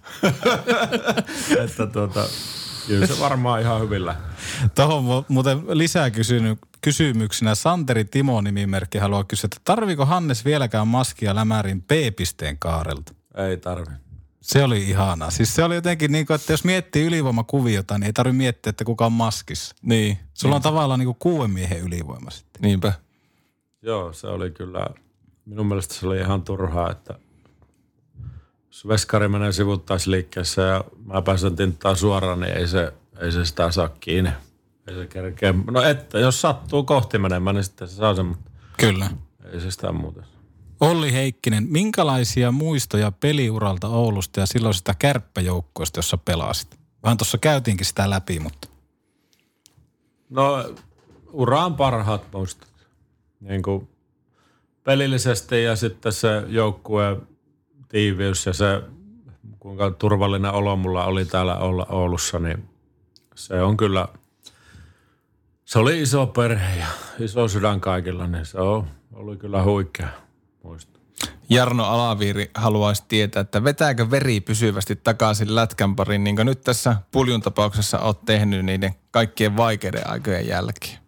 Että tuota, kyllä se varmaan ihan hyvin lähtee. Tuohon muuten lisää kysynyt, kysymyksenä Santeri Timo nimimerkki haluaa kysyä, että tarviiko Hannes vieläkään maskia lämärin P-pisteen kaarelta? Ei tarvi. Se oli ihanaa. Siis se oli jotenkin niin kuin, että jos miettii ylivoimakuviota, niin ei tarvitse miettiä, että kuka on maskissa. Niin. Sulla on tavallaan niin kuin kuuden miehen ylivoima sitten. Niinpä. Joo, se oli kyllä, minun mielestä se oli ihan turhaa, että jos veskari menee sivuttaisliikkeessä ja mä pääsen tinttaa suoraan, niin ei se, ei se sitä saa kiinni. Ei se kerkeä. No että, jos sattuu kohti menemään, niin sitten se saa sen, mutta kyllä. Ei se sitä muuta. Olli Heikkinen, minkälaisia muistoja peliuralta Oulusta ja silloisesta kärppäjoukkueesta, jossa pelasit? Vähän tuossa käytiinkin sitä läpi, mutta. No, uraan parhaat muistot. Niin kuin pelillisesti ja sitten se joukkueen tiiviys ja se, kuinka turvallinen olo mulla oli täällä olla Oulussa, niin se on kyllä, se oli iso perhe ja iso sydän kaikilla, niin se on, oli kyllä huikea muisto. Jarno Alaviiri haluaisi tietää, että vetääkö veri pysyvästi takaisin lätkän pariin, niin kuin nyt tässä Puljun tapauksessa olet tehnyt niiden kaikkien vaikeiden aikojen jälkeen?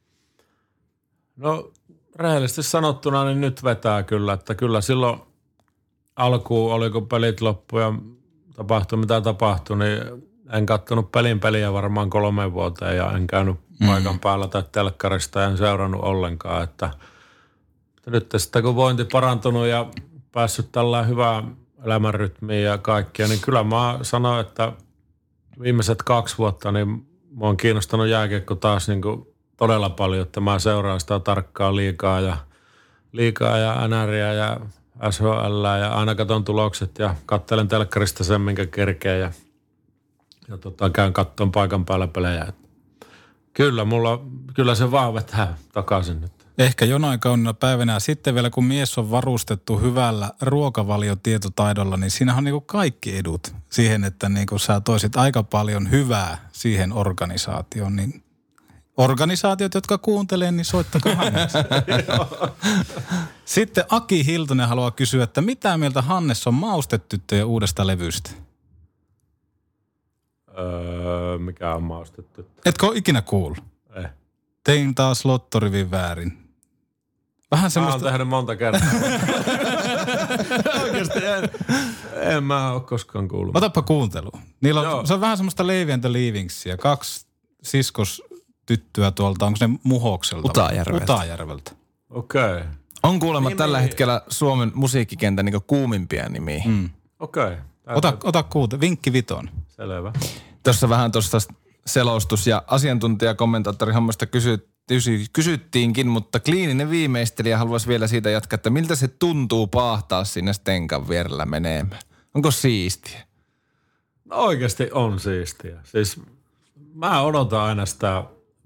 No rehellisesti sanottuna, niin nyt vetää kyllä, että kyllä silloin alkuun oli, kun pelit loppu ja tapahtui mitä tapahtui, niin en kattonut pelin peliä varmaan kolmeen vuoteen ja en käynyt mm. paikan päällä tai telkkarista ja en seurannut ollenkaan, että nyt sitten kun vointi parantunut ja päässyt tällä hyvään elämänrytmiin ja kaikkea, niin kyllä mä sanoin, että viimeiset kaksi vuotta niin mä oon kiinnostanut jääkiekko taas niin kuin todella paljon, että mä seuraan sitä tarkkaan liikaa ja, liikaa ja N R:ää ja S H L:ää ja aina katon tulokset ja katselen telkkarista sen, minkä kerkee ja, ja tota, käyn kattoon paikan päällä pelejä. Kyllä, mulla, kyllä se vaan vetää takaisin nyt. Ehkä jonain kaunina päivänä. Sitten vielä kun mies on varustettu hyvällä ruokavaliotietotaidolla, niin siinähän on niinku kaikki edut siihen, että niinku sä toisit aika paljon hyvää siihen organisaatioon. Niin organisaatiot, jotka kuuntelee, niin soittakaa Hannes. Sitten Aki Hiltonen haluaa kysyä, että mitä mieltä Hannes on maustetyttöjen uudesta levystä? Öö, mikä on maustettu? Etkö ole ikinä kuullut? Ei. Tein taas lottorivin väärin. Vähän semmoista. Mä oon tehnyt monta kertaa. Oikeasti en, en mä ole koskaan kuullut. Otapa kuuntelu. Niillä on, se on vähän semmoista Leavy and the Leavingsia. Kaksi siskostyttöä tuolta, onko se Muhokselta? Utajärveltä. Utajärveltä. Okei. Okay. On kuulemma Nimi. tällä hetkellä Suomen musiikkikentän niin kuumimpia nimiä. Mm. Okei. Okay. Ota, ota kuuntelu. Vinkki viton. Selvä. Tuossa vähän tuosta selostus- ja asiantuntijakommentaattori hommasta kysyt, kysy, kysyttiinkin, mutta kliininen viimeistelijä haluaisi vielä siitä jatkaa, että miltä se tuntuu paahtaa sinne stenkan vierellä menemään. Onko siistiä? No oikeasti on siistiä. Siis mä odotan aina sitä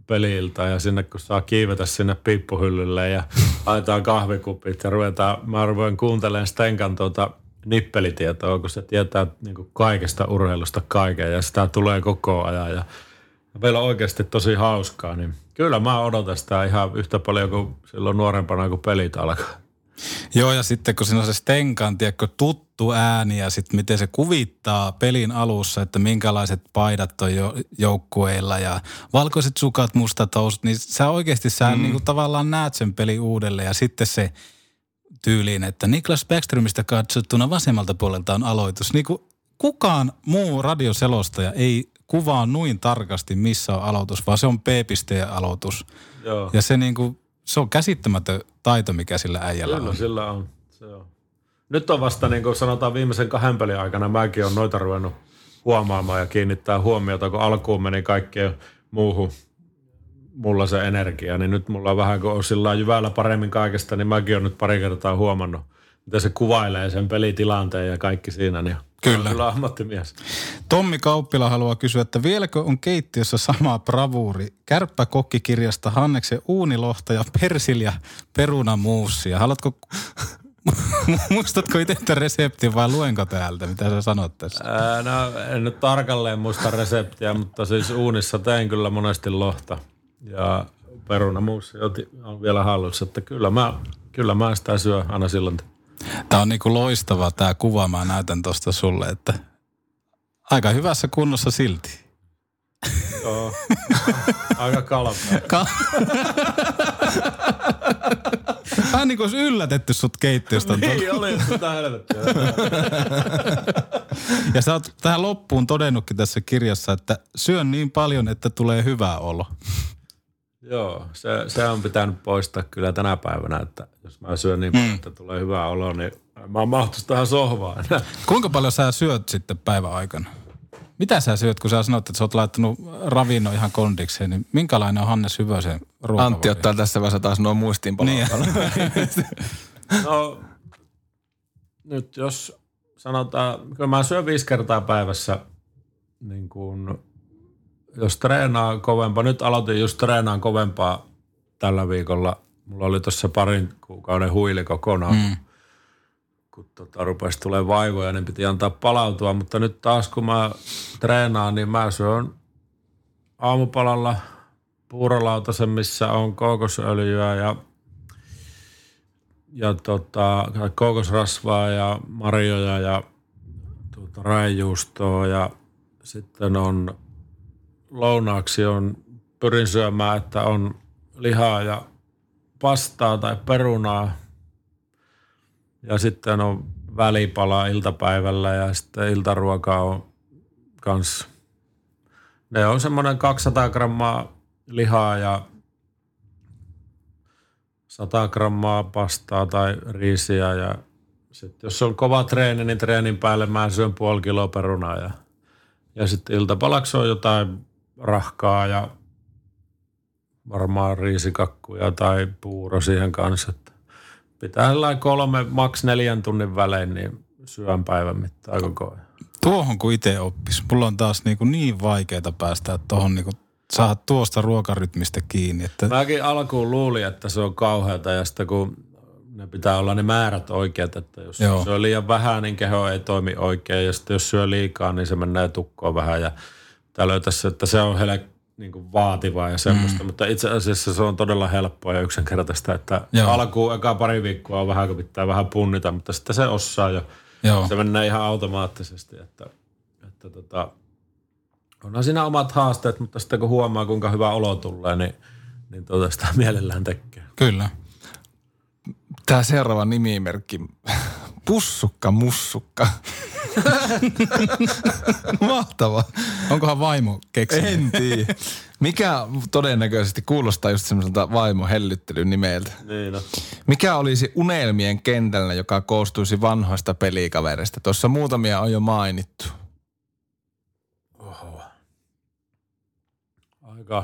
peliltä ja sinne kun saa kiivetä sinne piippuhyllylle ja laitetaan kahvikupit ja ruvetaan, mä ruven kuuntelemaan Stenkan tuota nippelitietoa, kun se tietää niin kuin kaikesta urheilusta kaiken ja sitä tulee koko ajan ja meillä on oikeasti tosi hauskaa, niin kyllä mä odotan sitä ihan yhtä paljon kuin silloin nuorempana, kun pelit alkaa. Joo, ja sitten kun siinä on se Stenkan, tiedätkö, tuttu ääni ja sitten miten se kuvittaa pelin alussa, että minkälaiset paidat on jo joukkueilla ja valkoiset sukat, mustat housut, niin sä oikeasti sä mm. niin kuin tavallaan näet sen pelin uudelleen ja sitten se tyyliin, että Niklas Bäckströmistä katsottuna vasemmalta puolelta on aloitus. Niin kuin kukaan muu radioselostaja ei kuvaa noin tarkasti, missä on aloitus, vaan se on P-pisteen aloitus. Joo. Ja se, niin kuin, se on käsittämätön taito, mikä sillä äijällä Kyllä, on. sillä on. Se on. Nyt on vasta, niin kuin sanotaan viimeisen kahden pelin aikana, mäkin olen noita ruvennut huomaamaan ja kiinnittää huomiota, kun alkuun meni kaikkeen muuhun mulla se energia, niin nyt mulla on vähän, kun on sillä jyvällä paremmin kaikesta, niin mäkin olen nyt pari kertaa huomannut, miten se kuvailee sen pelitilanteen ja kaikki siinä, niin Kyllä. on kyllä ammattimies. Tommi Kauppila haluaa kysyä, että vieläkö on keittiössä sama bravuuri? Kärppäkokkikirjasta Hanneksen uunilohta ja persilja perunamuussia. Haluatko, muistatko itse tämän reseptin vai luenko täältä? Mitä sä sanot tässä? Ää, no en nyt tarkalleen muista reseptiä, mutta siis uunissa tein kyllä monesti lohta ja perunamuussia on vielä hallussa, että kyllä mä, kyllä mä sitä syö aina silloin. Tämä on niinku loistava tämä kuva, mä näytän tuosta sulle, että aika hyvässä kunnossa silti. Joo, aika kalpea. Ka- Vähän niin kuin olisi yllätetty sut keittiöstä. Niin oli, mitä helvettiä. Ja sä oot tähän loppuun todennutkin tässä kirjassa, että syön niin paljon, että tulee hyvä olo. Joo, se, se on pitänyt poistaa kyllä tänä päivänä, että jos mä syön niin paljon, mm. että tulee hyvä olo, niin mä mahtuisi tähän sohvaan. Kuinka paljon sä syöt sitten päivän aikana? Mitä sä syöt, kun sä sanot, että sä oot laittanut ravinnon ihan kondikseen, niin minkälainen on Hannes Hyvösen ruokavalio? Antti ottaa tässä vaiheessa taas nuo muistiinpanoja. Niin. No, nyt jos sanotaan, kyllä mä syön viisi kertaa päivässä, niin kuin, jos treenaa kovempaa, nyt aloitin just treenaan kovempaa tällä viikolla. Mulla oli tuossa parin kuukauden huili kokonaan, mm. kun tota, rupesi tulemaan vaivoja, niin piti antaa palautua. Mutta nyt taas kun mä treenaan, niin mä syön aamupalalla puurolautasen, missä on kookosöljyä ja, ja tota, kookosrasvaa ja marjoja ja tuota, raijuustoa ja sitten on lounaaksi on, pyrin syömään, että on lihaa ja pastaa tai perunaa. Ja sitten on välipala iltapäivällä ja sitten iltaruoka on kans. Ne on semmoinen kaksisataa grammaa lihaa ja sata grammaa pastaa tai riisiä. Ja sitten jos on kova treeni, niin treenin päälle mä syön puoli kiloa perunaa. Ja, ja sitten iltapalaksi on jotain rahkaa ja varmaan riisikakkuja tai puuro siihen kanssa. Pitää sellainen kolme, maks neljän tunnin välein, niin syön päivän mittaan koko ajan. Tuohon kun itse oppisi. Mulla on taas niin, niin vaikeaa päästä tuohon niin saada tuosta ruokarytmistä kiinni. Että... Mäkin alkuun luulin, että se on kauheata ja sitten kun ne pitää olla ne määrät oikeat, että jos Joo. syö liian vähän, niin keho ei toimi oikein ja sitten jos syö liikaa, niin se menee tukkoon vähän ja tää löytäisi, että se on hele niin kuin vaativaa ja semmoista, mm. mutta itse asiassa se on todella helppoa ja yksinkertaista, että Joo. alkuun eka pari viikkoa on vähän, kun pitää vähän punnita, mutta sitten se osaa jo. Joo. Se menee ihan automaattisesti, että, että tota, onhan siinä omat haasteet, mutta sitten kun huomaa, kuinka hyvä olo tulee, niin, niin tuota sitä mielellään tekee. Kyllä. Tämä seuraava nimimerkki, Pussukka Mussukka. Mahtava. Onkohan vaimo keksinyt? En tiedä. Mikä todennäköisesti kuulostaa just semmoiselta vaimohellyttelyn nimeltä. Niin no. Mikä olisi unelmien kentällä, joka koostuisi vanhoista pelikavereista? Tuossa muutamia on jo mainittu. Oho. Aika.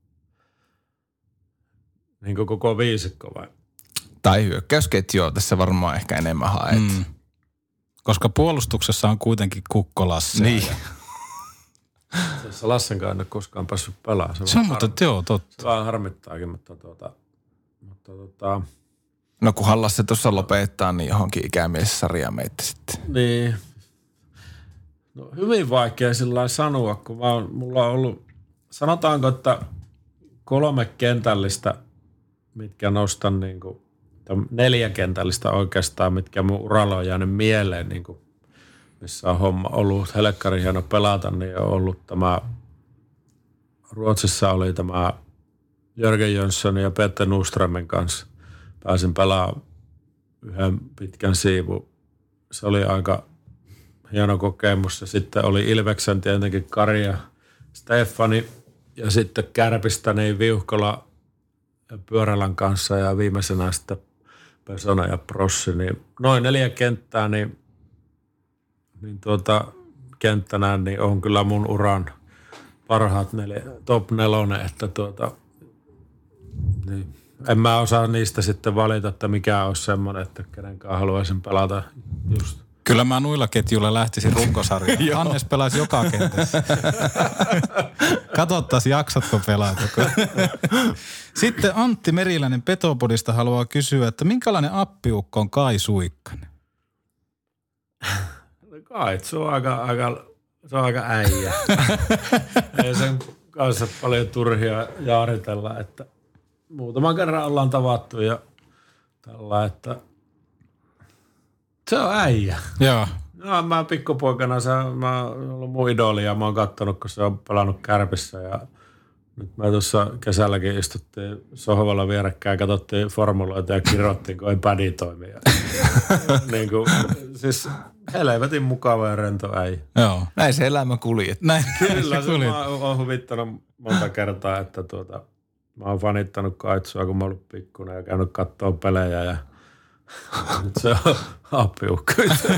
Niin kuin koko viisikko vai? Tai hyökkäysketju, tässä varmaan ehkä enemmän haet. Mm. Koska puolustuksessa on kuitenkin Kukko Lasse. Niin. Se Lassen kanssa en ole koskaan päässyt pelaamaan. Se, Se on mutta joo, totta. Se vaan harmittaakin, mutta tuota... Mutta tuota no kunhan Lasse tuossa lopettaa, niin johonkin ikämiessarjaan meitte sitten. niin. No hyvin vaikea sillä lailla sanoa, kun mä oon, mulla on ollut... Sanotaanko, että kolme kentällistä, mitkä nostan niin kuin... Neljä kentällistä oikeastaan, mitkä mun uralla on jäänyt mieleen, niin kuin, missä on homma ollut helkkari hieno pelata, niin on ollut tämä, Ruotsissa oli tämä Jörgen Jönsson ja Petter Nuströmin kanssa. Pääsin pelaamaan yhden pitkän siivun. Se oli aika hieno kokemus. Ja sitten oli Ilveksen tietenkin Kari ja Stefani ja sitten Kärpistä niin Viuhkola ja Pyörälän kanssa ja viimeisenä sitten Pesona ja Prossi, niin noin neljä kenttää, niin, niin tuota, kenttänä niin on kyllä mun uran parhaat neljä, top nelonen, että tuota, niin, en mä osaa niistä sitten valita, että mikä olisi semmoinen, että kenenkään haluaisin pelata just. Kyllä mä nuilla ketjuilla lähtisin runkosarjaan. Hannes pelaisi joka kentässä. Katsottaisiin, jaksatko pelata. Sitten Antti Meriläinen Petopodista haluaa kysyä, että minkälainen appiukko on Kai Suikkanen? Kai, se on aika, aika, se on aika äijä. Ei sen kanssa paljon turhia jaaritella, että muutaman kerran ollaan tavattu ja tällä, että se on äijä. Joo. No, mä pikkupoikana, se, mä oon ollut mun idoli ja mä oon kattonut, kun se on pelannut Kärpissä ja nyt me tuossa kesälläkin istuttiin sohvalla vierekkäin, katsottiin formuloita ja kirjoittiin, kun ei pädi toimi. niin kuin, siis helvetin mukava ja rento äijä. Joo. Näin se elämä kuljet. Näin Kyllä, se se kuljet. mä oon huvittanut monta kertaa, että tuota, mä oon fanittanut Kaitsua, kun mä oon ollut pikkuinen ja käynyt kattoo pelejä ja nyt se on appiukko.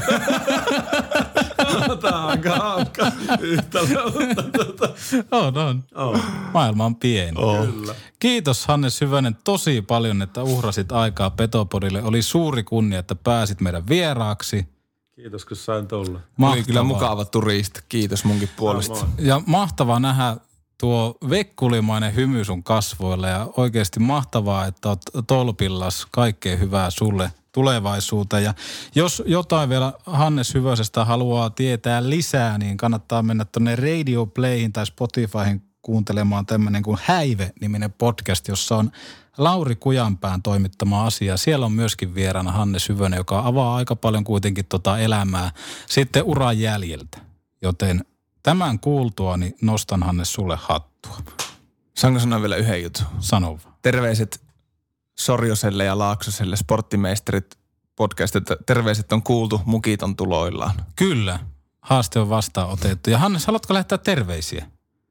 Tämä on aika hauska yhtälö, mutta tuota. On, on. Oh. Maailma on pieni. Oh. Kyllä. Kiitos Hannes Hyvänen tosi paljon, että uhrasit aikaa Petopodille. Oli suuri kunnia, että pääsit meidän vieraaksi. Kiitos, kun sain tulla. Oli kyllä mukava turisti. Kiitos munkin puolesta. Ja mahtavaa nähdä tuo vekkulimainen hymy sun kasvoilla ja oikeasti mahtavaa, että oot tolpillas. Kaikkea hyvää sulle tulevaisuuteen. Ja jos jotain vielä Hannes Hyvösestä haluaa tietää lisää, niin kannattaa mennä tuonne Radio Playhin tai Spotifyhin kuuntelemaan tämmöinen kuin Häive-niminen podcast, jossa on Lauri Kujanpään toimittama asia. Siellä on myöskin vieraana Hannes Hyvönen, joka avaa aika paljon kuitenkin tota elämää sitten uran jäljiltä. Joten tämän kuultua, niin nostan Hannes sulle hattua. Saanko sanoa vielä yhden jutun? Sano vaan. Terveiset Sorjoselle ja Laaksoselle, sporttimeisterit podcast, että terveiset on kuultu, mukit on tuloillaan. Kyllä, haaste on vastaanotettu. Ja Hannes, haluatko lähettää terveisiä?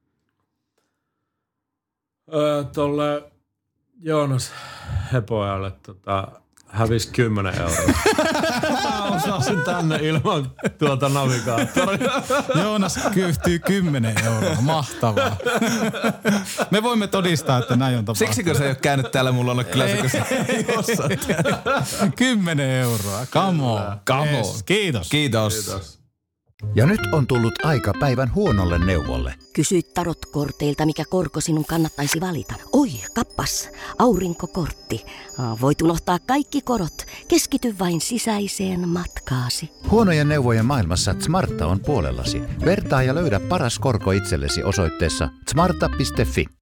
Öö, Tuolle Joonas Hepojalle tota, hävisi kymmenen euroa. Mä osasin tänne ilman tuota navigaattoria. Joonas kyyhtyy kymmenen euroa. Mahtavaa. Me voimme todistaa, että näin on tapahtunut. Siksikö se ei ole käynyt täällä, mulla on kyllä se, kun se Kymmenen euroa. Come on. Come on. Yes. Kiitos. Kiitos. Kiitos. Ja nyt on tullut aika päivän huonolle neuvolle. Kysy tarotkorteilta, mikä korko sinun kannattaisi valita. Oi, kappas, aurinkokortti. Aa, voit unohtaa kaikki korot. Keskity vain sisäiseen matkaasi. Huonojen neuvojen maailmassa Smarta on puolellasi. Vertaa ja löydä paras korko itsellesi osoitteessa smarta piste fi.